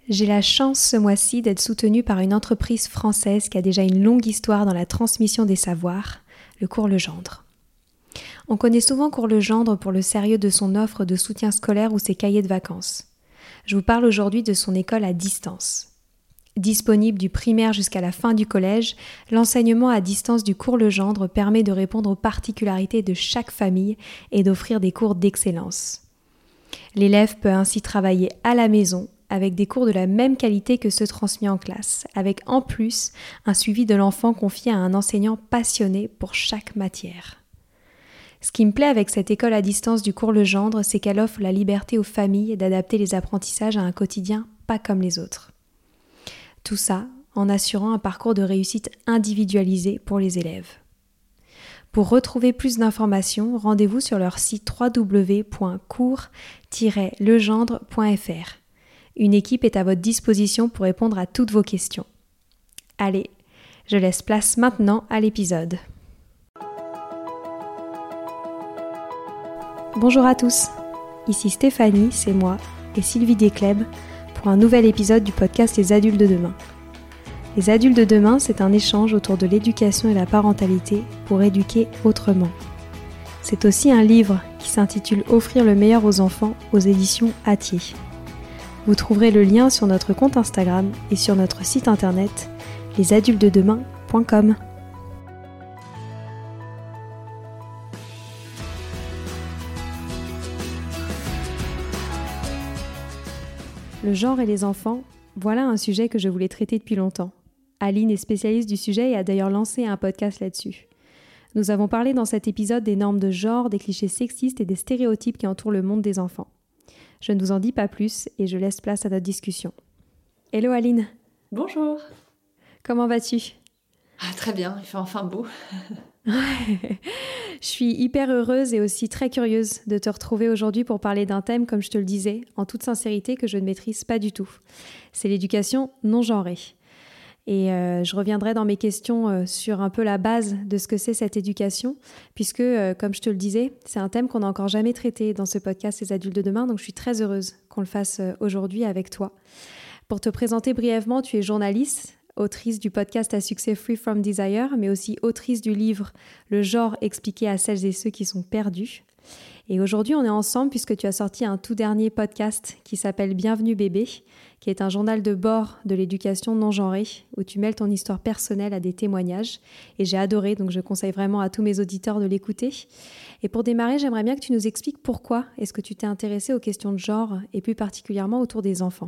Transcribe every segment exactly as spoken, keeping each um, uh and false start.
J'ai la chance ce mois-ci d'être soutenue par une entreprise française qui a déjà une longue histoire dans la transmission des savoirs, le Cours Legendre. On connaît souvent Cours Legendre pour le sérieux de son offre de soutien scolaire ou ses cahiers de vacances. Je vous parle aujourd'hui de son école à distance. Disponible du primaire jusqu'à la fin du collège, l'enseignement à distance du Cours Legendre permet de répondre aux particularités de chaque famille et d'offrir des cours d'excellence. L'élève peut ainsi travailler à la maison avec des cours de la même qualité que ceux transmis en classe, avec en plus un suivi de l'enfant confié à un enseignant passionné pour chaque matière. Ce qui me plaît avec cette école à distance du Cours Legendre, c'est qu'elle offre la liberté aux familles d'adapter les apprentissages à un quotidien pas comme les autres. Tout ça en assurant un parcours de réussite individualisé pour les élèves. Pour retrouver plus d'informations, rendez-vous sur leur site w w w point cours tiret legendre point f r. Une équipe est à votre disposition pour répondre à toutes vos questions. Allez, je laisse place maintenant à l'épisode. Bonjour à tous, ici Stéphanie, c'est moi, et Sylvie Descleb pour un nouvel épisode du podcast Les Adultes de demain. Les Adultes de demain, c'est un échange autour de l'éducation et la parentalité pour éduquer autrement. C'est aussi un livre qui s'intitule « Offrir le meilleur aux enfants » aux éditions Hatier. Vous trouverez le lien sur notre compte Instagram et sur notre site internet les adultes de demain point com. Le genre et les enfants, voilà un sujet que je voulais traiter depuis longtemps. Aline est spécialiste du sujet et a d'ailleurs lancé un podcast là-dessus. Nous avons parlé dans cet épisode des normes de genre, des clichés sexistes et des stéréotypes qui entourent le monde des enfants. Je ne vous en dis pas plus et je laisse place à notre discussion. Hello Aline. Bonjour. Comment vas-tu ? Ah, très bien, il fait enfin beau. Ouais. Je suis hyper heureuse et aussi très curieuse de te retrouver aujourd'hui pour parler d'un thème, comme je te le disais, en toute sincérité, que je ne maîtrise pas du tout. C'est l'éducation non genrée. Et euh, je reviendrai dans mes questions euh, sur un peu la base de ce que c'est cette éducation, puisque, euh, comme je te le disais, c'est un thème qu'on n'a encore jamais traité dans ce podcast Les Adultes de demain, donc je suis très heureuse qu'on le fasse euh, aujourd'hui avec toi. Pour te présenter brièvement, tu es journaliste, autrice du podcast à succès Free From Desire, mais aussi autrice du livre Le genre expliqué à celles et ceux qui sont perdus. Et aujourd'hui, on est ensemble puisque tu as sorti un tout dernier podcast qui s'appelle Bienvenue bébé, qui est un journal de bord de l'éducation non genrée, où tu mêles ton histoire personnelle à des témoignages. Et j'ai adoré, donc je conseille vraiment à tous mes auditeurs de l'écouter. Et pour démarrer, j'aimerais bien que tu nous expliques pourquoi est-ce que tu t'es intéressée aux questions de genre, et plus particulièrement autour des enfants.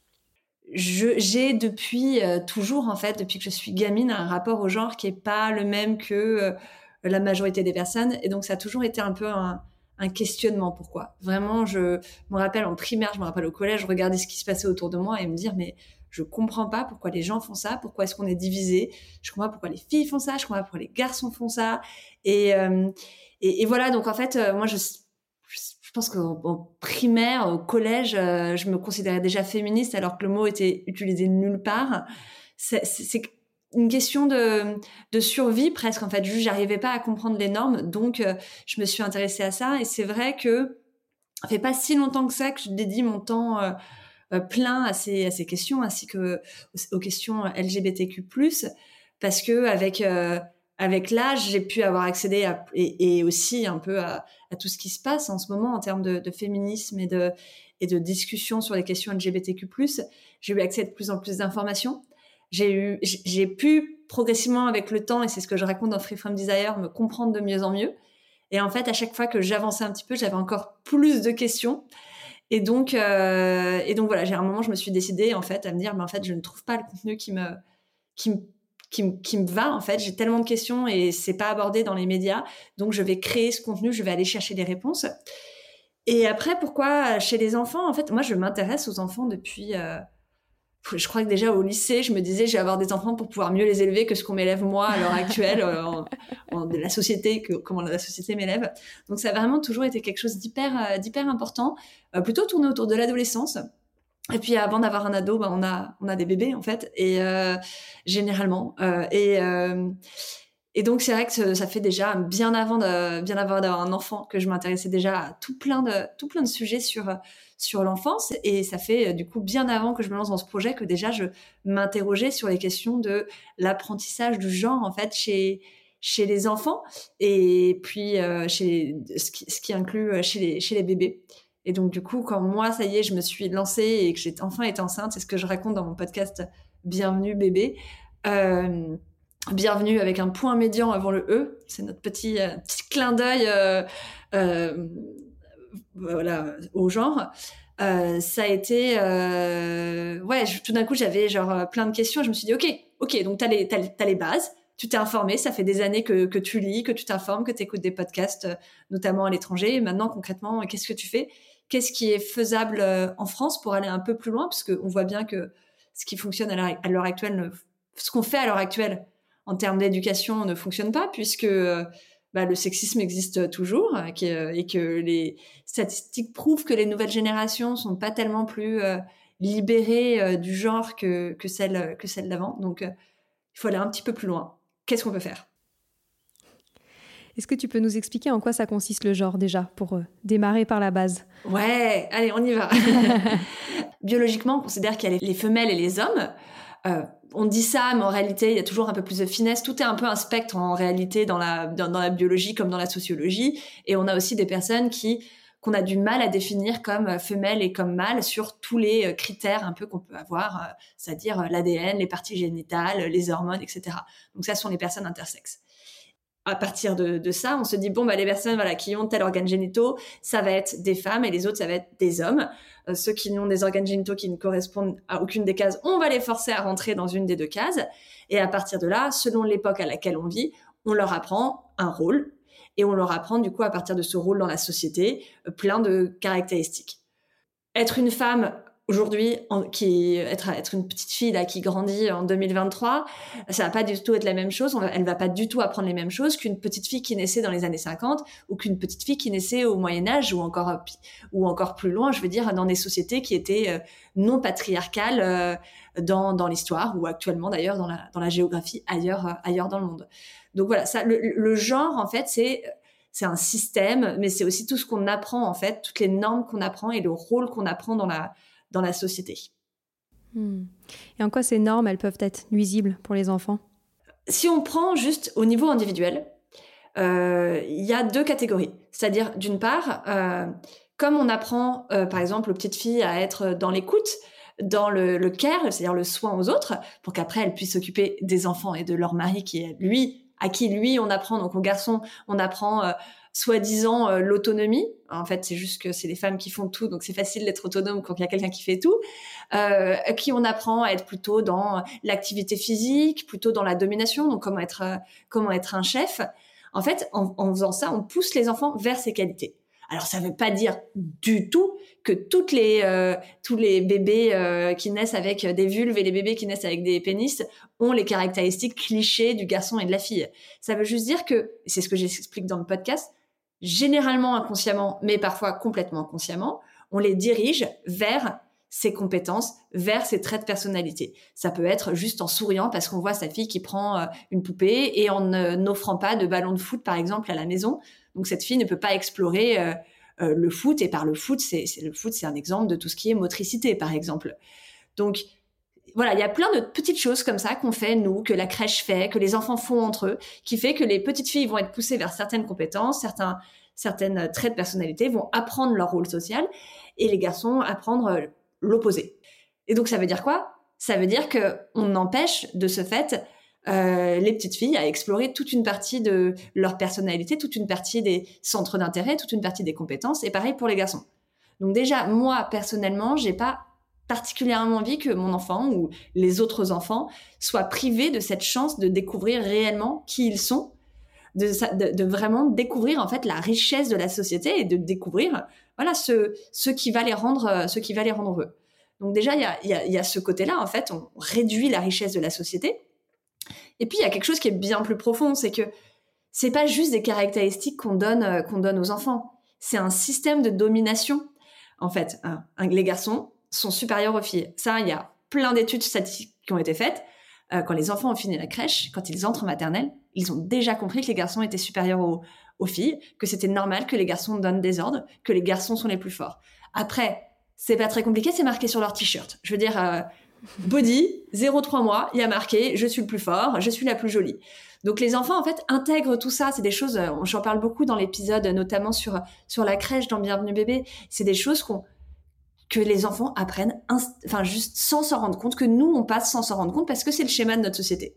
Je, j'ai depuis euh, toujours, en fait, depuis que je suis gamine, un rapport au genre qui est pas le même que euh, la majorité des personnes. Et donc, ça a toujours été un peu un, un questionnement. Pourquoi ? Vraiment, je me rappelle en primaire, je me rappelle au collège, je regardais ce qui se passait autour de moi et me dire, mais je comprends pas pourquoi les gens font ça, pourquoi est-ce qu'on est divisé. Je comprends pas pourquoi les filles font ça, je comprends pas pourquoi les garçons font ça. Et, euh, et, et voilà, donc en fait, euh, moi, je... Je pense qu'au primaire, au collège, euh, je me considérais déjà féministe alors que le mot était utilisé nulle part. C'est, c'est, c'est une question de, de survie presque, en fait. Juste, j'arrivais pas à comprendre les normes, donc euh, je me suis intéressée à ça. Et c'est vrai que ça fait pas si longtemps que ça que je dédie mon temps euh, euh, plein à ces, à ces questions, ainsi que aux, aux questions L G B T Q plus, parce que avec euh, avec l'âge, j'ai pu avoir accédé à, et, et aussi un peu à, à tout ce qui se passe en ce moment en termes de, de féminisme et de, et de discussion sur les questions L G B T Q plus. J'ai eu accès à de plus en plus d'informations. J'ai eu, j'ai pu progressivement avec le temps, et c'est ce que je raconte dans Free From Desire, me comprendre de mieux en mieux. Et en fait, à chaque fois que j'avançais un petit peu, j'avais encore plus de questions. Et donc, euh, et donc voilà, j'ai à un moment, je me suis décidée en fait à me dire, mais en fait, je ne trouve pas le contenu qui me, qui me Qui me, qui me va en fait, j'ai tellement de questions et c'est pas abordé dans les médias, donc je vais créer ce contenu, je vais aller chercher des réponses. Et après, pourquoi chez les enfants ? En fait, moi je m'intéresse aux enfants depuis, euh, je crois que déjà au lycée, je me disais je vais avoir des enfants pour pouvoir mieux les élever que ce qu'on m'élève moi à l'heure actuelle, euh, en, en, de la société, que comment la société m'élève. Donc ça a vraiment toujours été quelque chose d'hyper, euh, d'hyper important, euh, plutôt tourné autour de l'adolescence. Et puis avant d'avoir un ado, bah, on a on a des bébés en fait, et euh, généralement euh, et euh, Et donc, c'est vrai que ça fait déjà bien avant de, bien avant d'avoir un enfant que je m'intéressais déjà à tout plein de, tout plein de sujets sur, sur l'enfance. Et ça fait, du coup, bien avant que je me lance dans ce projet que déjà je m'interrogeais sur les questions de l'apprentissage du genre, en fait, chez, chez les enfants. Et puis, euh, chez, ce qui, ce qui inclut chez les, chez les bébés. Et donc, du coup, quand moi, ça y est, je me suis lancée et que j'ai enfin été enceinte, c'est ce que je raconte dans mon podcast Bienvenue bébé, euh, bienvenue avec un point médian avant le E, c'est notre petit, euh, petit clin d'œil euh, euh, voilà, au genre. Euh, ça a été... Euh, ouais, je, tout d'un coup, j'avais genre plein de questions et je me suis dit, ok, ok, donc t'as les, t'as, t'as les bases, tu t'es informé, ça fait des années que, que tu lis, que tu t'informes, que tu écoutes des podcasts, notamment à l'étranger. Et maintenant, concrètement, qu'est-ce que tu fais ? Qu'est-ce qui est faisable en France pour aller un peu plus loin ? Parce qu'on voit bien que ce qui fonctionne à l'heure, à l'heure actuelle, ne, ce qu'on fait à l'heure actuelle en termes d'éducation ne fonctionne pas, puisque bah, le sexisme existe toujours et que, et que les statistiques prouvent que les nouvelles générations sont pas tellement plus euh, libérées euh, du genre que, que celles que celles d'avant. Donc, euh, il faut aller un petit peu plus loin. Qu'est-ce qu'on peut faire ? Est-ce que tu peux nous expliquer en quoi ça consiste le genre déjà, pour euh, démarrer par la base ? Ouais, allez, on y va. Biologiquement, on considère qu'il y a les femelles et les hommes. Euh, on dit ça, mais en réalité, il y a toujours un peu plus de finesse. Tout est un peu un spectre en réalité dans la, dans, dans la biologie comme dans la sociologie. Et on a aussi des personnes qui qu'on a du mal à définir comme femelles et comme mâles sur tous les critères un peu qu'on peut avoir, c'est-à-dire l'A D N, les parties génitales, les hormones, et cetera. Donc ça, ce sont les personnes intersexes. À partir de, de ça, on se dit bon bah les personnes voilà qui ont tel organe génitaux, ça va être des femmes et les autres ça va être des hommes. Euh, ceux qui ont des organes génitaux qui ne correspondent à aucune des cases, on va les forcer à rentrer dans une des deux cases. Et à partir de là, selon l'époque à laquelle on vit, on leur apprend un rôle et on leur apprend du coup à partir de ce rôle dans la société euh, plein de caractéristiques. Être une femme aujourd'hui, en, qui être être une petite fille là qui grandit en deux mille vingt-trois, ça va pas du tout être la même chose. On va, elle va pas du tout apprendre les mêmes choses qu'une petite fille qui naissait dans les années cinquante ou qu'une petite fille qui naissait au Moyen Âge ou encore ou encore plus loin. Je veux dire dans des sociétés qui étaient euh, non patriarcales euh, dans dans l'histoire ou actuellement d'ailleurs dans la dans la géographie ailleurs euh, ailleurs dans le monde. Donc voilà, ça le, le genre en fait c'est c'est un système, mais c'est aussi tout ce qu'on apprend en fait, toutes les normes qu'on apprend et le rôle qu'on apprend dans la dans la société. Hmm. Et en quoi ces normes, elles peuvent être nuisibles pour les enfants ? Si on prend juste au niveau individuel, euh, il y a deux catégories. C'est-à-dire, d'une part, euh, comme on apprend, euh, par exemple, aux petites filles à être dans l'écoute, dans le, le care, c'est-à-dire le soin aux autres, pour qu'après elles puissent s'occuper des enfants et de leur mari qui est lui, à qui lui on apprend, donc aux garçons, on apprend... Euh, soi-disant euh, l'autonomie. En fait, c'est juste que c'est les femmes qui font tout, donc c'est facile d'être autonome quand il y a quelqu'un qui fait tout. Euh, qui on apprend à être plutôt dans l'activité physique, plutôt dans la domination, donc comment être euh, comment être un chef. En fait, en, en faisant ça, on pousse les enfants vers ces qualités. Alors, ça ne veut pas dire du tout que toutes les euh, tous les bébés euh, qui naissent avec des vulves et les bébés qui naissent avec des pénis ont les caractéristiques clichés du garçon et de la fille. Ça veut juste dire que, c'est ce que j'explique dans le podcast, généralement inconsciemment, mais parfois complètement inconsciemment, on les dirige vers ses compétences, vers ses traits de personnalité. Ça peut être juste en souriant parce qu'on voit sa fille qui prend euh, une poupée et en euh, n'offrant pas de ballon de foot, par exemple, à la maison. Donc, cette fille ne peut pas explorer euh, euh, le foot. Et par le foot, c'est, c'est, le foot, c'est un exemple de tout ce qui est motricité, par exemple. Donc, voilà, il y a plein de petites choses comme ça qu'on fait, nous, que la crèche fait, que les enfants font entre eux, qui fait que les petites filles vont être poussées vers certaines compétences, certains, certaines traits de personnalité, vont apprendre leur rôle social, et les garçons apprendre l'opposé. Et donc, ça veut dire quoi ? Ça veut dire qu'on empêche, de ce fait, euh, les petites filles à explorer toute une partie de leur personnalité, toute une partie des centres d'intérêt, toute une partie des compétences, et pareil pour les garçons. Donc déjà, moi, personnellement, j'ai pas particulièrement envie que mon enfant ou les autres enfants soient privés de cette chance de découvrir réellement qui ils sont, de, de, de vraiment découvrir en fait la richesse de la société et de découvrir voilà ce, ce qui va les rendre ce qui va les rendre heureux. Donc déjà il y a, y, a, y a ce côté-là en fait, on réduit la richesse de la société. Et puis il y a quelque chose qui est bien plus profond, c'est que c'est pas juste des caractéristiques qu'on donne qu'on donne aux enfants, c'est un système de domination en fait. Hein, les garçons sont supérieurs aux filles. Ça, il y a plein d'études statistiques qui ont été faites. Euh, quand les enfants ont fini la crèche, quand ils entrent en maternelle, ils ont déjà compris que les garçons étaient supérieurs aux, aux filles, que c'était normal que les garçons donnent des ordres, que les garçons sont les plus forts. Après, c'est pas très compliqué, c'est marqué sur leur t-shirt. Je veux dire, euh, body, zéro trois mois, il y a marqué « je suis le plus fort, je suis la plus jolie ». Donc les enfants, en fait, intègrent tout ça. C'est des choses, euh, j'en parle beaucoup dans l'épisode, notamment sur, sur la crèche dans Bienvenue bébé. C'est des choses qu'on que les enfants apprennent, inst- enfin juste sans s'en rendre compte, que nous, on passe sans s'en rendre compte, parce que c'est le schéma de notre société.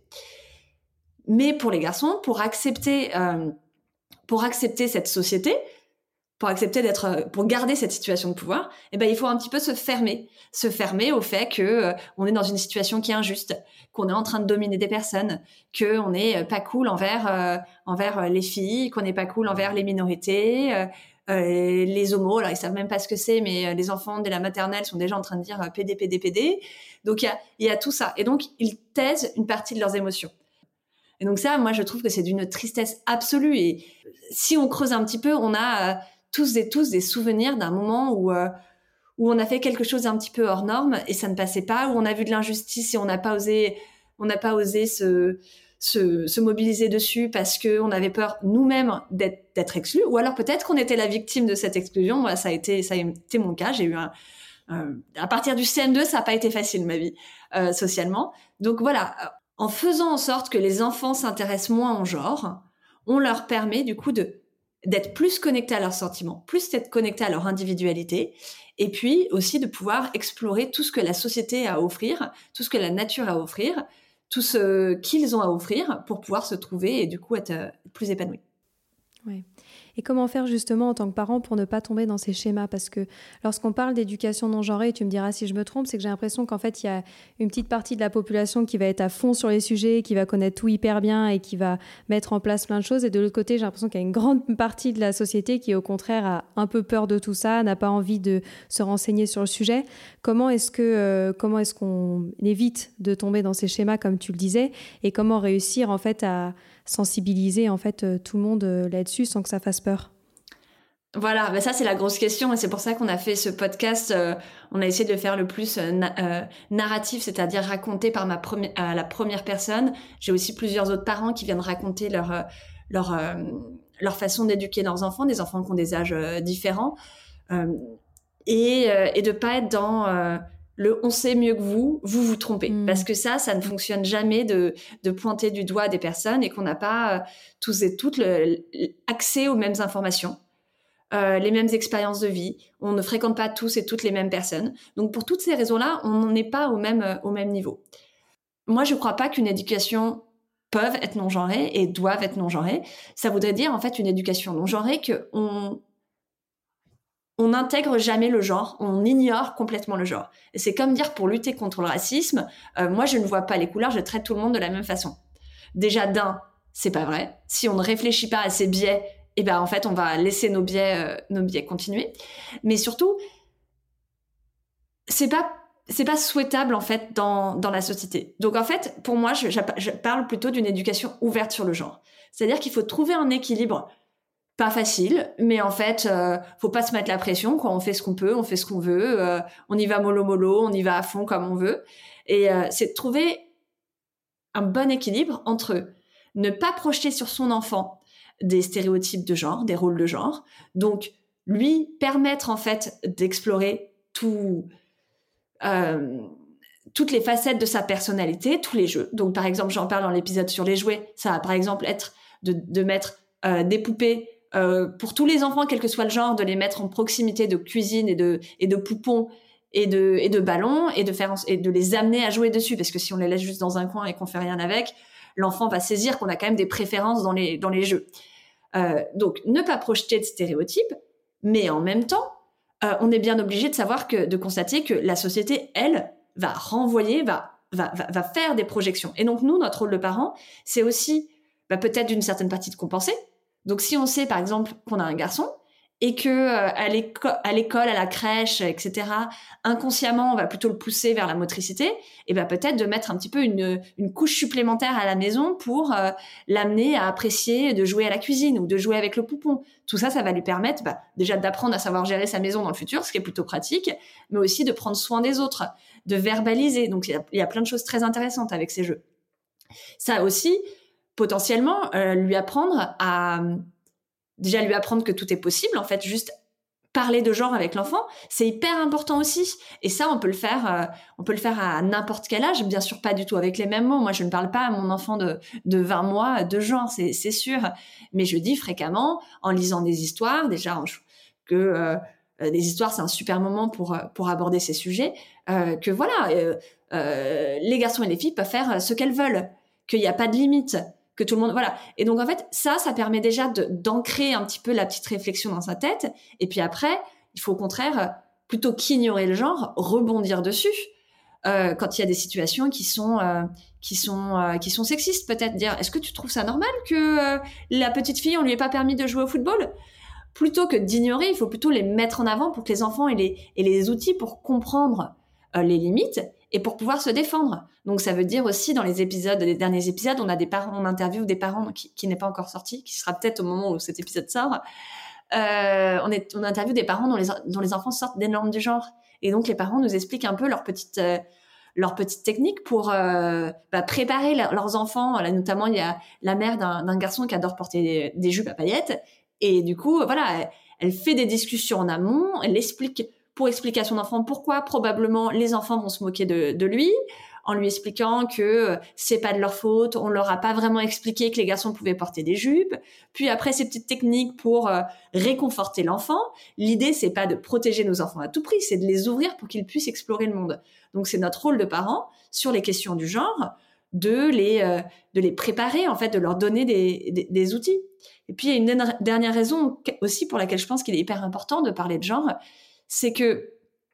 Mais pour les garçons, pour accepter, euh, pour accepter cette société, pour accepter d'être, pour garder cette situation de pouvoir, eh ben il faut un petit peu se fermer, se fermer au fait que euh, on est dans une situation qui est injuste, qu'on est en train de dominer des personnes, que on n'est pas cool envers euh, envers les filles, qu'on n'est pas cool envers les minorités. Euh, Euh, les homos, alors ils savent même pas ce que c'est, mais euh, les enfants dès la maternelle sont déjà en train de dire euh, P D, P D, P D. Donc il y a, il y a tout ça. Et donc ils taisent une partie de leurs émotions. Et donc ça, moi je trouve que c'est d'une tristesse absolue. Et si on creuse un petit peu, on a euh, tous et tous des souvenirs d'un moment où euh, où on a fait quelque chose d'un petit peu hors norme et ça ne passait pas, où on a vu de l'injustice et on n'a pas osé, on n'a pas osé se Se, se mobiliser dessus parce que on avait peur nous-mêmes d'être, d'être exclus, ou alors peut-être qu'on était la victime de cette exclusion. Moi, ça a été, ça a été mon cas. J'ai eu un, euh, à partir du C M deux, ça n'a pas été facile ma vie euh, socialement. Donc voilà, en faisant en sorte que les enfants s'intéressent moins au genre, on leur permet du coup de d'être plus connectés à leurs sentiments, plus d'être connectés à leur individualité, et puis aussi de pouvoir explorer tout ce que la société a à offrir, tout ce que la nature a à offrir, tout ce qu'ils ont à offrir pour pouvoir se trouver et du coup être euh, plus épanouis. Ouais. Et comment faire justement en tant que parent pour ne pas tomber dans ces schémas? Parce que lorsqu'on parle d'éducation non genrée, tu me diras si je me trompe, c'est que j'ai l'impression qu'en fait, il y a une petite partie de la population qui va être à fond sur les sujets, qui va connaître tout hyper bien et qui va mettre en place plein de choses. Et de l'autre côté, j'ai l'impression qu'il y a une grande partie de la société qui, au contraire, a un peu peur de tout ça, n'a pas envie de se renseigner sur le sujet. Comment est-ce que, euh, comment est-ce qu'on évite de tomber dans ces schémas, comme tu le disais, et comment réussir en fait à sensibiliser en fait euh, tout le monde euh, là-dessus sans que ça fasse peur? Voilà, ben ça c'est la grosse question et c'est pour ça qu'on a fait ce podcast. Euh, on a essayé de le faire le plus euh, na- euh, narratif, c'est-à-dire raconté par ma première, à la première personne. J'ai aussi plusieurs autres parents qui viennent raconter leur euh, leur euh, leur façon d'éduquer leurs enfants, des enfants qui ont des âges euh, différents, euh, et euh, et de pas être dans euh, le on sait mieux que vous, vous vous trompez. Mmh. Parce que ça, ça ne fonctionne jamais de, de pointer du doigt des personnes et qu'on n'a pas euh, tous et toutes le, le, accès aux mêmes informations, euh, les mêmes expériences de vie. On ne fréquente pas tous et toutes les mêmes personnes. Donc pour toutes ces raisons-là, on n'est pas au même, euh, au même niveau. Moi, je ne crois pas qu'une éducation peut être non-genrée et doive être non-genrée. Ça voudrait dire en fait une éducation non-genrée qu'on on n'intègre jamais le genre, on ignore complètement le genre. Et c'est comme dire pour lutter contre le racisme, euh, moi je ne vois pas les couleurs, je traite tout le monde de la même façon. Déjà d'un, c'est pas vrai. Si on ne réfléchit pas à ces biais, eh ben en fait on va laisser nos biais, euh, nos biais continuer. Mais surtout, c'est pas c'est pas souhaitable en fait dans dans la société. Donc en fait, pour moi, je, je parle plutôt d'une éducation ouverte sur le genre. C'est-à-dire qu'il faut trouver un équilibre. Pas facile, mais en fait, euh, faut pas se mettre la pression. Quoi. On fait ce qu'on peut, on fait ce qu'on veut, euh, on y va mollo mollo, on y va à fond comme on veut. Et euh, c'est de trouver un bon équilibre entre ne pas projeter sur son enfant des stéréotypes de genre, des rôles de genre, donc lui permettre en fait d'explorer tout, euh, toutes les facettes de sa personnalité, tous les jeux. Donc par exemple, j'en parle dans l'épisode sur les jouets. Ça va par exemple être de, de mettre euh, des poupées. Euh, pour tous les enfants, quel que soit le genre, de les mettre en proximité de cuisine et de, et de poupons et de, et de ballons et de, faire, et de les amener à jouer dessus. Parce que si on les laisse juste dans un coin et qu'on fait rien avec, l'enfant va saisir qu'on a quand même des préférences dans les, dans les jeux. Euh, donc, ne pas projeter de stéréotypes, mais en même temps, euh, on est bien obligé de savoir que, de constater que la société, elle, va renvoyer, va, va, va, va faire des projections. Et donc, nous, notre rôle de parent, c'est aussi bah, peut-être d'une certaine partie de compenser. Donc, si on sait, par exemple, qu'on a un garçon et que euh, à, l'éco- à l'école, à la crèche, et cetera, inconsciemment, on va plutôt le pousser vers la motricité, et ben peut-être de mettre un petit peu une, une couche supplémentaire à la maison pour euh, l'amener à apprécier de jouer à la cuisine ou de jouer avec le poupon. Tout ça, ça va lui permettre bah, déjà d'apprendre à savoir gérer sa maison dans le futur, ce qui est plutôt pratique, mais aussi de prendre soin des autres, de verbaliser. Donc, il y a, il y a plein de choses très intéressantes avec ces jeux. Ça aussi... potentiellement euh, lui apprendre à déjà lui apprendre que tout est possible, en fait, juste parler de genre avec l'enfant, c'est hyper important aussi. Et ça, on peut le faire, euh, on peut le faire à n'importe quel âge, bien sûr pas du tout avec les mêmes mots. Moi, je ne parle pas à mon enfant de, de vingt mois de genre, c'est, c'est sûr. Mais je dis fréquemment, en lisant des histoires, déjà que euh, les histoires, c'est un super moment pour pour aborder ces sujets, euh, que voilà, euh, euh, les garçons et les filles peuvent faire ce qu'elles veulent, qu'il n'y a pas de limite, que tout le monde, voilà. Et donc, en fait, ça, ça permet déjà de, d'ancrer un petit peu la petite réflexion dans sa tête. Et puis après, il faut au contraire, plutôt qu'ignorer le genre, rebondir dessus. Euh, quand il y a des situations qui sont, euh, qui sont, euh, qui sont sexistes, peut-être dire, est-ce que tu trouves ça normal que euh, la petite fille, on lui ait pas permis de jouer au football? Plutôt que d'ignorer, il faut plutôt les mettre en avant pour que les enfants aient les, aient les outils pour comprendre euh, les limites et pour pouvoir se défendre. Donc ça veut dire aussi dans les épisodes, les derniers épisodes, on a des parents, on interviewe des parents qui, qui n'est pas encore sorti, qui sera peut-être au moment où cet épisode sort. Euh, on, est, on interviewe des parents dont les, dont les enfants sortent des normes du genre. Et donc les parents nous expliquent un peu leurs petites, euh, leurs petites techniques pour euh, bah, préparer leur, leurs enfants. Là, notamment, il y a la mère d'un, d'un garçon qui adore porter des, des jupes à paillettes. Et du coup, voilà, elle, elle fait des discussions en amont, elle explique pour expliquer à son enfant pourquoi probablement les enfants vont se moquer de, de lui, en lui expliquant que c'est pas de leur faute, on leur a pas vraiment expliqué que les garçons pouvaient porter des jupes. Puis après, ces petites techniques pour euh, réconforter l'enfant. L'idée, c'est pas de protéger nos enfants à tout prix, c'est de les ouvrir pour qu'ils puissent explorer le monde. Donc c'est notre rôle de parents sur les questions du genre, de les euh, de les préparer, en fait, de leur donner des, des, des outils. Et puis il y a une dernière raison aussi pour laquelle je pense qu'il est hyper important de parler de genre, c'est que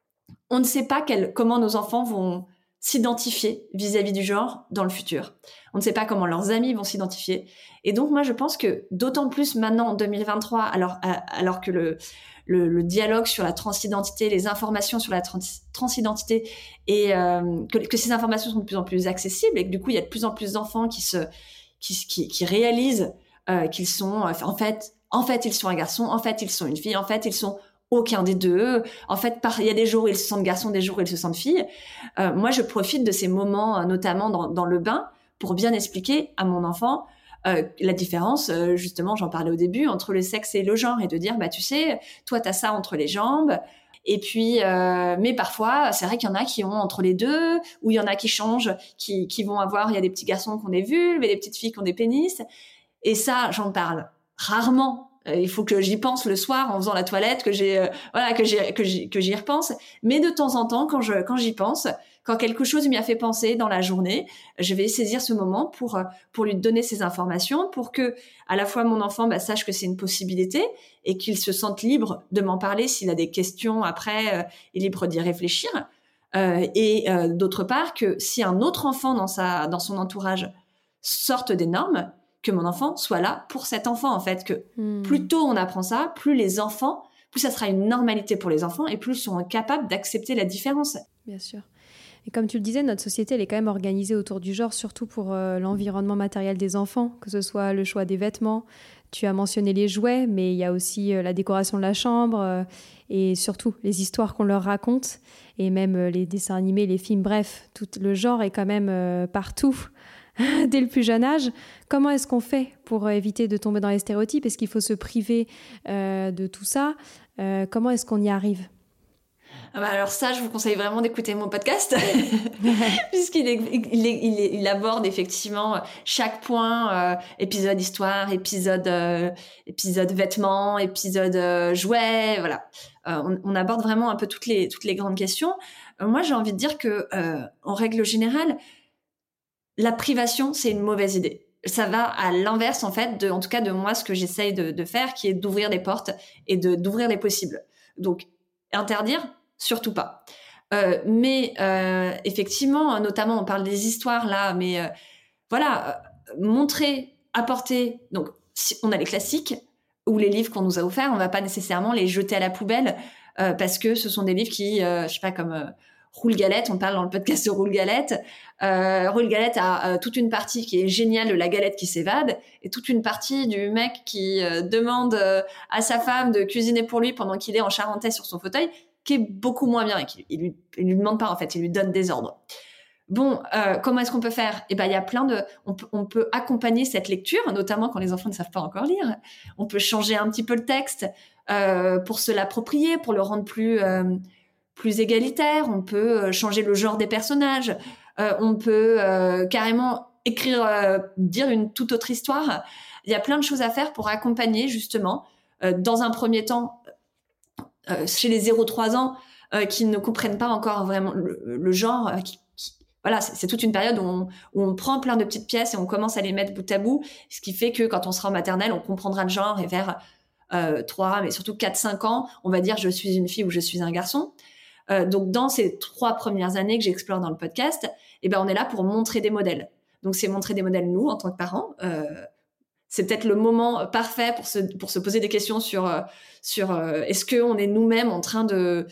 on ne sait pas quel, comment nos enfants vont s'identifier vis-à-vis du genre dans le futur. On ne sait pas comment leurs amis vont s'identifier. Et donc moi je pense que d'autant plus maintenant en deux mille vingt-trois, alors, alors que le, le, le dialogue sur la transidentité, les informations sur la trans, transidentité, et euh, que, que ces informations sont de plus en plus accessibles et que du coup il y a de plus en plus d'enfants qui se qui, qui, qui réalisent euh, qu'ils sont en fait en fait ils sont un garçon, en fait ils sont une fille, en fait ils sont aucun des deux. En fait, par, il y a des jours où ils se sentent garçons, des jours où ils se sentent filles. Euh, moi, je profite de ces moments, notamment dans, dans le bain, pour bien expliquer à mon enfant euh, la différence, euh, justement, j'en parlais au début, entre le sexe et le genre, et de dire, bah, tu sais, toi, t'as ça entre les jambes. Et puis, euh, mais parfois, c'est vrai qu'il y en a qui ont entre les deux, ou il y en a qui changent, qui, qui vont avoir, il y a des petits garçons qui ont des vulves et des petites filles qui ont des pénis. Et ça, j'en parle rarement. Il faut que j'y pense le soir en faisant la toilette, que j'ai, euh, voilà, que j'ai, que j'y, que j'y repense. Mais de temps en temps, quand je, quand j'y pense, quand quelque chose m'y a fait penser dans la journée, je vais saisir ce moment pour, pour lui donner ces informations, pour que, à la fois mon enfant, bah, sache que c'est une possibilité et qu'il se sente libre de m'en parler s'il a des questions après, euh, est libre d'y réfléchir. Euh, et euh, d'autre part, que si un autre enfant dans sa, dans son entourage sorte des normes, que mon enfant soit là pour cet enfant, en fait, que mmh. plus tôt on apprend ça, plus les enfants, plus ça sera une normalité pour les enfants et plus ils seront capables d'accepter la différence. Bien sûr. Et comme tu le disais, notre société, elle est quand même organisée autour du genre, surtout pour euh, l'environnement matériel des enfants, que ce soit le choix des vêtements. Tu as mentionné les jouets, mais il y a aussi euh, la décoration de la chambre euh, et surtout les histoires qu'on leur raconte et même euh, les dessins animés, les films, bref, tout le genre est quand même euh, partout. Dès le plus jeune âge, comment est-ce qu'on fait pour éviter de tomber dans les stéréotypes? Est-ce qu'il faut se priver euh, de tout ça? euh, Comment est-ce qu'on y arrive? Ah bah alors ça, je vous conseille vraiment d'écouter mon podcast puisqu'il est, il, est, il, est, il aborde effectivement chaque point, euh, épisode histoire, épisode euh, épisode vêtements, épisode euh, jouets, voilà. Euh, on, on aborde vraiment un peu toutes les toutes les grandes questions. Euh, moi, j'ai envie de dire que euh, en règle générale, la privation, c'est une mauvaise idée. Ça va à l'inverse, en fait, de, en tout cas, de moi, ce que j'essaye de, de faire, qui est d'ouvrir les portes et de, d'ouvrir les possibles. Donc, interdire, surtout pas. Euh, mais, euh, effectivement, notamment, on parle des histoires, là, mais euh, voilà, euh, montrer, apporter. Donc, si on a les classiques ou les livres qu'on nous a offerts, on va pas nécessairement les jeter à la poubelle euh, parce que ce sont des livres qui, euh, je sais pas, comme... Euh, Roule Galette, on parle dans le podcast de Roule Galette. Euh, Roule Galette a euh, toute une partie qui est géniale de la galette qui s'évade et toute une partie du mec qui euh, demande euh, à sa femme de cuisiner pour lui pendant qu'il est en charentaise sur son fauteuil, qui est beaucoup moins bien et qui il lui, il lui demande pas en fait, il lui donne des ordres. Bon, euh, comment est-ce qu'on peut faire? Eh ben, il y a plein de, on peut, on peut accompagner cette lecture, notamment quand les enfants ne savent pas encore lire. On peut changer un petit peu le texte euh, pour se l'approprier, pour le rendre plus euh, plus égalitaire. On peut changer le genre des personnages. Euh, on peut euh, carrément écrire, euh, dire une toute autre histoire. Il y a plein de choses à faire pour accompagner justement, euh, dans un premier temps, euh, chez les zéro trois ans, euh, qui ne comprennent pas encore vraiment le, le genre, euh, qui voilà, c'est, c'est toute une période où on, où on prend plein de petites pièces et on commence à les mettre bout à bout, ce qui fait que quand on sera en maternelle, on comprendra le genre et vers euh, trois, mais surtout quatre cinq ans, on va dire je suis une fille ou je suis un garçon. Euh, donc dans ces trois premières années que j'explore dans le podcast, eh ben on est là pour montrer des modèles. Donc c'est montrer des modèles nous en tant que parents. Euh, c'est peut-être le moment parfait pour se pour se poser des questions sur euh, sur euh, est-ce que on est nous-mêmes en train de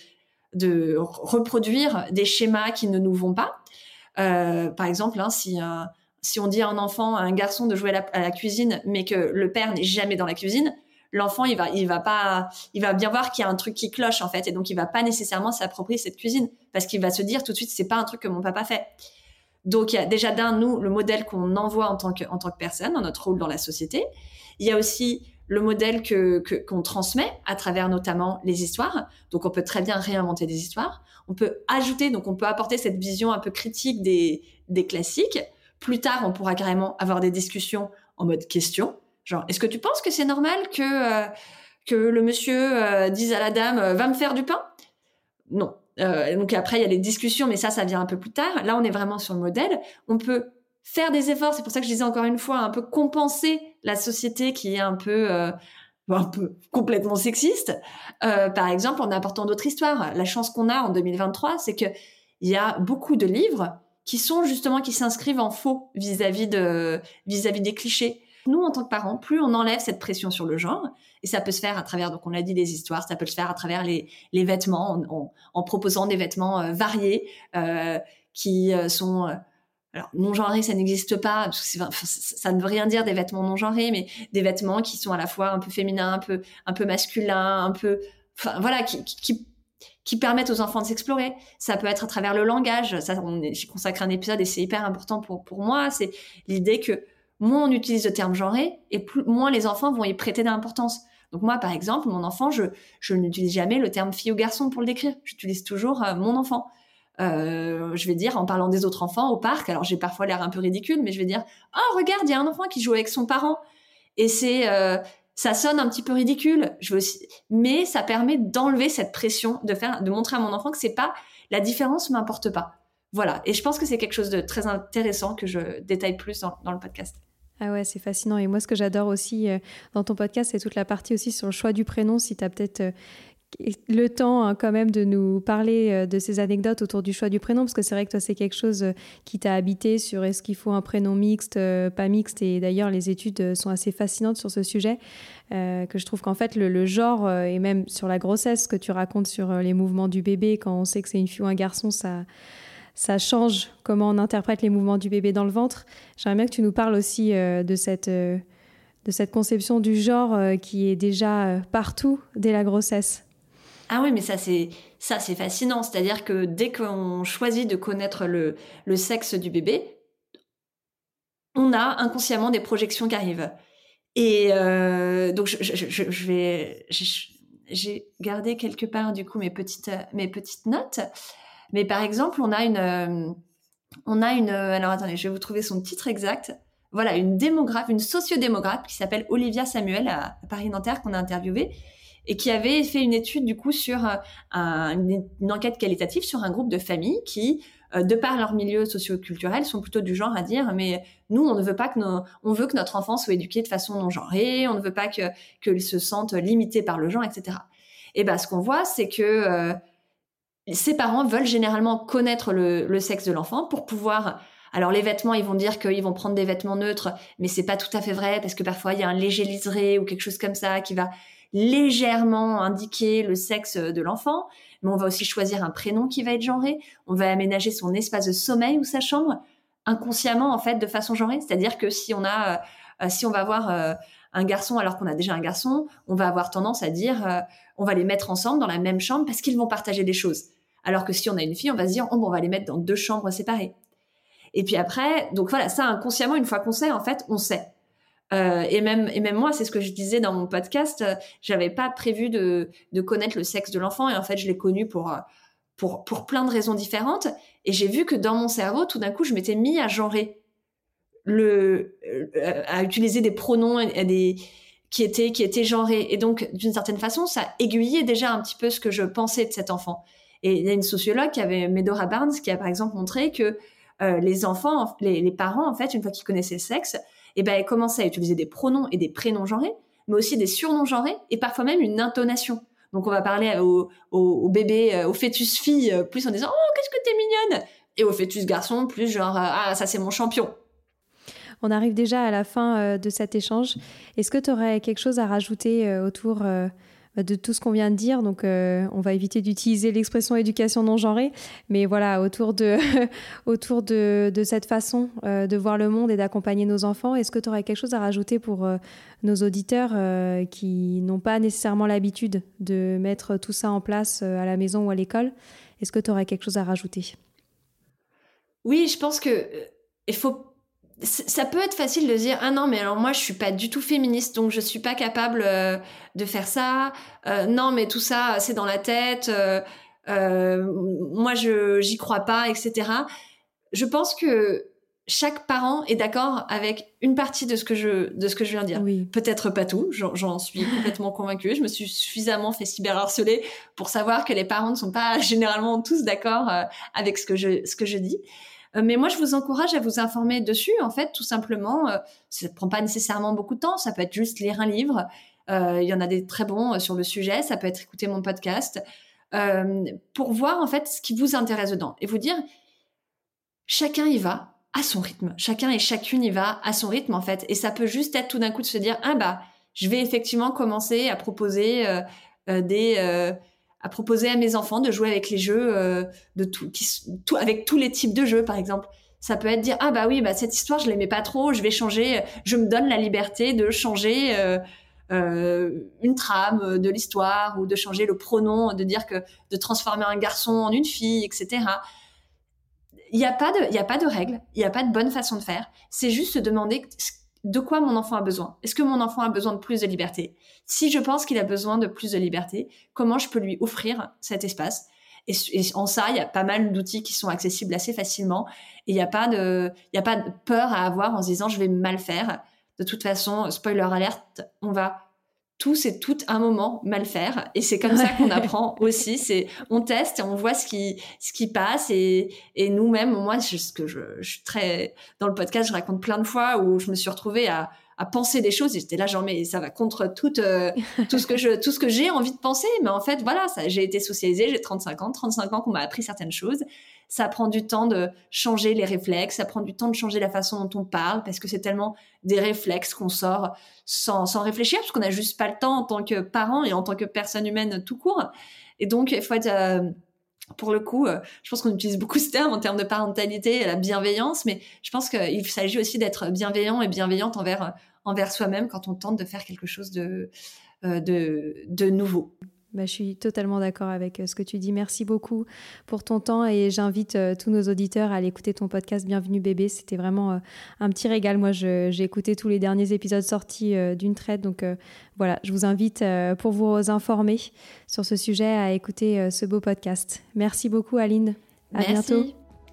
de reproduire des schémas qui ne nous vont pas. Euh, par exemple, hein, si, un, si on dit à un enfant, à un garçon de jouer à la, à la cuisine, mais que le père n'est jamais dans la cuisine, l'enfant, il va, il va pas, il va bien voir qu'il y a un truc qui cloche, en fait, et donc il va pas nécessairement s'approprier cette cuisine, parce qu'il va se dire tout de suite, c'est pas un truc que mon papa fait. Donc, il y a déjà d'un, nous, le modèle qu'on envoie en tant que, en tant que personne, dans notre rôle dans la société. Il y a aussi le modèle que, que, qu'on transmet à travers notamment les histoires. Donc, on peut très bien réinventer des histoires. On peut ajouter, donc on peut apporter cette vision un peu critique des, des classiques. Plus tard, on pourra carrément avoir des discussions en mode question. Genre, est-ce que tu penses que c'est normal que, euh, que le monsieur euh, dise à la dame euh, « va me faire du pain ?» Non. Euh, donc après, il y a les discussions, mais ça, ça vient un peu plus tard. Là, on est vraiment sur le modèle. On peut faire des efforts. C'est pour ça que je disais encore une fois, un peu compenser la société qui est un peu... Euh, un peu complètement sexiste, euh, par exemple, en apportant d'autres histoires. La chance qu'on a en deux mille vingt-trois, c'est que il y a beaucoup de livres qui sont justement, qui s'inscrivent en faux vis-à-vis de, vis-à-vis des clichés. Nous, en tant que parents, plus on enlève cette pression sur le genre, et ça peut se faire à travers, donc on l'a dit, les histoires, ça peut se faire à travers les, les vêtements, en, en, en proposant des vêtements euh, variés, euh, qui euh, sont... Euh, alors, non-genrés, ça n'existe pas, parce que c'est, enfin, ça ne veut rien dire des vêtements non-genrés, mais des vêtements qui sont à la fois un peu féminins, un peu, un peu masculins, un peu, enfin, voilà, qui, qui, qui permettent aux enfants de s'explorer. Ça peut être à travers le langage. Ça, on est, j'ai consacré un épisode et c'est hyper important pour, pour moi. C'est l'idée que moins on utilise de termes genrés et plus, moins les enfants vont y prêter d'importance. Donc moi, par exemple, mon enfant, je, je n'utilise jamais le terme fille ou garçon pour le décrire. J'utilise toujours euh, mon enfant. Euh, je vais dire, en parlant des autres enfants au parc, alors j'ai parfois l'air un peu ridicule, mais je vais dire « Oh, regarde, il y a un enfant qui joue avec son parent. » Et c'est, euh, ça sonne un petit peu ridicule, je veux aussi... mais ça permet d'enlever cette pression, de faire, de montrer à mon enfant que c'est pas, la différence m'importe pas. Voilà. Et je pense que c'est quelque chose de très intéressant que je détaille plus dans, dans le podcast. Ah ouais, c'est fascinant. Et moi, ce que j'adore aussi euh, dans ton podcast, c'est toute la partie aussi sur le choix du prénom, si tu as peut-être... Euh, le temps hein, quand même de nous parler euh, de ces anecdotes autour du choix du prénom, parce que c'est vrai que toi c'est quelque chose euh, qui t'a habité sur est-ce qu'il faut un prénom mixte, euh, pas mixte, et d'ailleurs les études euh, sont assez fascinantes sur ce sujet, euh, que je trouve qu'en fait le, le genre euh, et même sur la grossesse, ce que tu racontes sur euh, les mouvements du bébé, quand on sait que c'est une fille ou un garçon, ça, ça change comment on interprète les mouvements du bébé dans le ventre. J'aimerais bien que tu nous parles aussi euh, de cette... Euh, de cette conception du genre euh, qui est déjà euh, partout dès la grossesse. Ah oui, mais ça c'est ça c'est fascinant. C'est-à-dire que dès qu'on choisit de connaître le, le sexe du bébé, on a inconsciemment des projections qui arrivent. Et euh, donc je, je, je, je vais, je, j'ai gardé quelque part du coup mes petites mes petites notes. Mais par exemple, on a une on a une alors attendez, je vais vous trouver son titre exact. Voilà, une démographe, une sociodémographe qui s'appelle Olivia Samuel à Paris-Nanterre qu'on a interviewée, et qui avait fait une étude du coup sur euh, un, une, une enquête qualitative sur un groupe de familles qui, euh, de par leur milieu socio-culturel, sont plutôt du genre à dire mais nous on ne veut pas que nos, on veut que notre enfant soit éduqué de façon non genrée, on ne veut pas que qu'il se sente limité par le genre, et cetera. Et ben ce qu'on voit c'est que euh, ces parents veulent généralement connaître le, le sexe de l'enfant pour pouvoir... Alors les vêtements, ils vont dire qu'ils vont prendre des vêtements neutres, mais c'est pas tout à fait vrai parce que parfois il y a un léger liseré ou quelque chose comme ça qui va légèrement indiquer le sexe de l'enfant. Mais on va aussi choisir un prénom qui va être genré. On va aménager son espace de sommeil ou sa chambre inconsciemment en fait de façon genrée. C'est-à-dire que si on a, euh, si on va voir euh, un garçon alors qu'on a déjà un garçon, on va avoir tendance à dire, euh, on va les mettre ensemble dans la même chambre parce qu'ils vont partager des choses. Alors que si on a une fille, on va se dire, oh bon, on va les mettre dans deux chambres séparées. Et puis après, donc voilà, ça inconsciemment, une fois qu'on sait, en fait, on sait. Euh, et même et même moi, c'est ce que je disais dans mon podcast, euh, j'avais pas prévu de de connaître le sexe de l'enfant, et en fait, je l'ai connu pour pour pour plein de raisons différentes. Et j'ai vu que dans mon cerveau, tout d'un coup, je m'étais mis à genrer le euh, à utiliser des pronoms et des qui étaient qui étaient genrés. Et donc, d'une certaine façon, ça aiguillait déjà un petit peu ce que je pensais de cet enfant. Et il y a une sociologue qui avait Medora Barnes qui a par exemple montré que euh, les enfants, les, les parents, en fait, une fois qu'ils connaissaient le sexe, et ben, elle commençait à utiliser des pronoms et des prénoms genrés, mais aussi des surnoms genrés et parfois même une intonation. Donc, on va parler au, au, au bébé, au fœtus fille, plus en disant « Oh, qu'est-ce que t'es mignonne !» et au fœtus garçon, plus genre « Ah, ça, c'est mon champion !» On arrive déjà à la fin euh, de cet échange. Est-ce que tu aurais quelque chose à rajouter euh, autour euh, de tout ce qu'on vient de dire? Donc, euh, on va éviter d'utiliser l'expression éducation non genrée, mais voilà, autour de, autour de, de cette façon euh, de voir le monde et d'accompagner nos enfants, est-ce que tu aurais quelque chose à rajouter pour euh, nos auditeurs euh, qui n'ont pas nécessairement l'habitude de mettre tout ça en place euh, à la maison ou à l'école? Est-ce que tu aurais quelque chose à rajouter? Oui, je pense que euh, il faut ça peut être facile de dire ah non mais alors moi je suis pas du tout féministe donc je suis pas capable euh, de faire ça euh, non mais tout ça c'est dans la tête euh, euh, moi je j'y crois pas, etc. Je pense que chaque parent est d'accord avec une partie de ce que je de ce que je viens de dire. Oui. Peut-être pas tout, j'en, j'en suis complètement convaincue. Je me suis suffisamment fait cyberharceler pour savoir que les parents ne sont pas généralement tous d'accord euh, avec ce que je ce que je dis. Mais moi, je vous encourage à vous informer dessus, en fait, tout simplement. Euh, ça ne prend pas nécessairement beaucoup de temps. Ça peut être juste lire un livre. Euh, il y en a des très bons sur le sujet. Ça peut être écouter mon podcast euh, pour voir, en fait, ce qui vous intéresse dedans. Et vous dire, chacun y va à son rythme. Chacun et chacune y va à son rythme, en fait. Et ça peut juste être tout d'un coup de se dire, ah bah, je vais effectivement commencer à proposer euh, euh, des... Euh, à proposer à mes enfants de jouer avec les jeux euh, de tout, qui, tout, avec tous les types de jeux, par exemple. Ça peut être dire ah bah oui bah cette histoire je l'aimais pas trop, je vais changer, je me donne la liberté de changer euh, euh, une trame de l'histoire ou de changer le pronom, de dire que de transformer un garçon en une fille, et cetera. Il y a pas de il y a pas de règle, il y a pas de bonne façon de faire. C'est juste se demander de quoi mon enfant a besoin. Est-ce que mon enfant a besoin de plus de liberté? Si je pense qu'il a besoin de plus de liberté, comment je peux lui offrir cet espace? Et, et en ça, il y a pas mal d'outils qui sont accessibles assez facilement. Et il n'y a pas de, il y a pas de peur à avoir en se disant je vais mal faire. De toute façon, spoiler alert, on va tous et toutes un moment mal faire. Et c'est comme ça qu'on apprend aussi. C'est, on teste et on voit ce qui, ce qui passe. Et, et nous-mêmes, moi, je, ce que je, je suis très, dans le podcast, je raconte plein de fois où je me suis retrouvée à, à penser des choses et j'étais là genre mais ça va contre tout, euh, tout ce que je, tout ce que j'ai envie de penser. Mais en fait, voilà, ça, j'ai été socialisée, j'ai trente-cinq ans, trente-cinq ans qu'on m'a appris certaines choses. Ça prend du temps de changer les réflexes, ça prend du temps de changer la façon dont on parle parce que c'est tellement des réflexes qu'on sort sans, sans réfléchir parce qu'on n'a juste pas le temps en tant que parent et en tant que personne humaine tout court. Et donc, il faut être... Euh, pour le coup, euh, je pense qu'on utilise beaucoup ce terme en termes de parentalité, la bienveillance, mais je pense qu'il s'agit aussi d'être bienveillant et bienveillante envers, envers soi-même quand on tente de faire quelque chose de, euh, de, de nouveau. Bah, je suis totalement d'accord avec ce que tu dis. Merci beaucoup pour ton temps et j'invite euh, tous nos auditeurs à aller écouter ton podcast Bienvenue bébé. C'était vraiment euh, un petit régal. Moi, je, j'ai écouté tous les derniers épisodes sortis euh, d'une traite. Donc euh, voilà, je vous invite euh, pour vous informer sur ce sujet à écouter euh, ce beau podcast. Merci beaucoup Aline. À Merci. bientôt.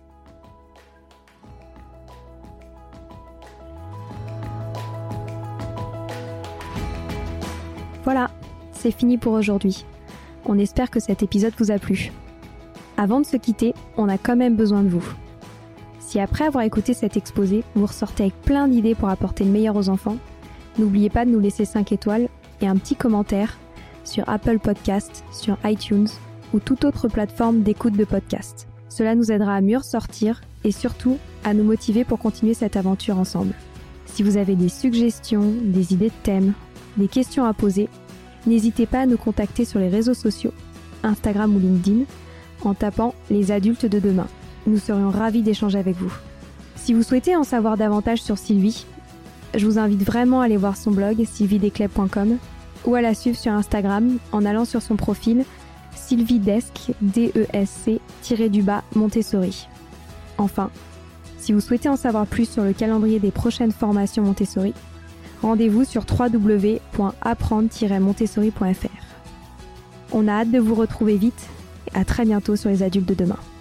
Voilà, c'est fini pour aujourd'hui. On espère que cet épisode vous a plu. Avant de se quitter, on a quand même besoin de vous. Si après avoir écouté cet exposé, vous ressortez avec plein d'idées pour apporter le meilleur aux enfants, n'oubliez pas de nous laisser cinq étoiles et un petit commentaire sur Apple Podcasts, sur iTunes ou toute autre plateforme d'écoute de podcast. Cela nous aidera à mieux ressortir et surtout à nous motiver pour continuer cette aventure ensemble. Si vous avez des suggestions, des idées de thèmes, des questions à poser, n'hésitez pas à nous contacter sur les réseaux sociaux, Instagram ou LinkedIn, en tapant « Les adultes de demain ». Nous serions ravis d'échanger avec vous. Si vous souhaitez en savoir davantage sur Sylvie, je vous invite vraiment à aller voir son blog sylvie desclés point com ou à la suivre sur Instagram en allant sur son profil sylviedesc, D E S C, tiré du bas, Montessori. Enfin, Si vous souhaitez en savoir plus sur le calendrier des prochaines formations Montessori, rendez-vous sur w w w point apprendre tiret montessori point f r. On a hâte de vous retrouver vite et à très bientôt sur les adultes de demain.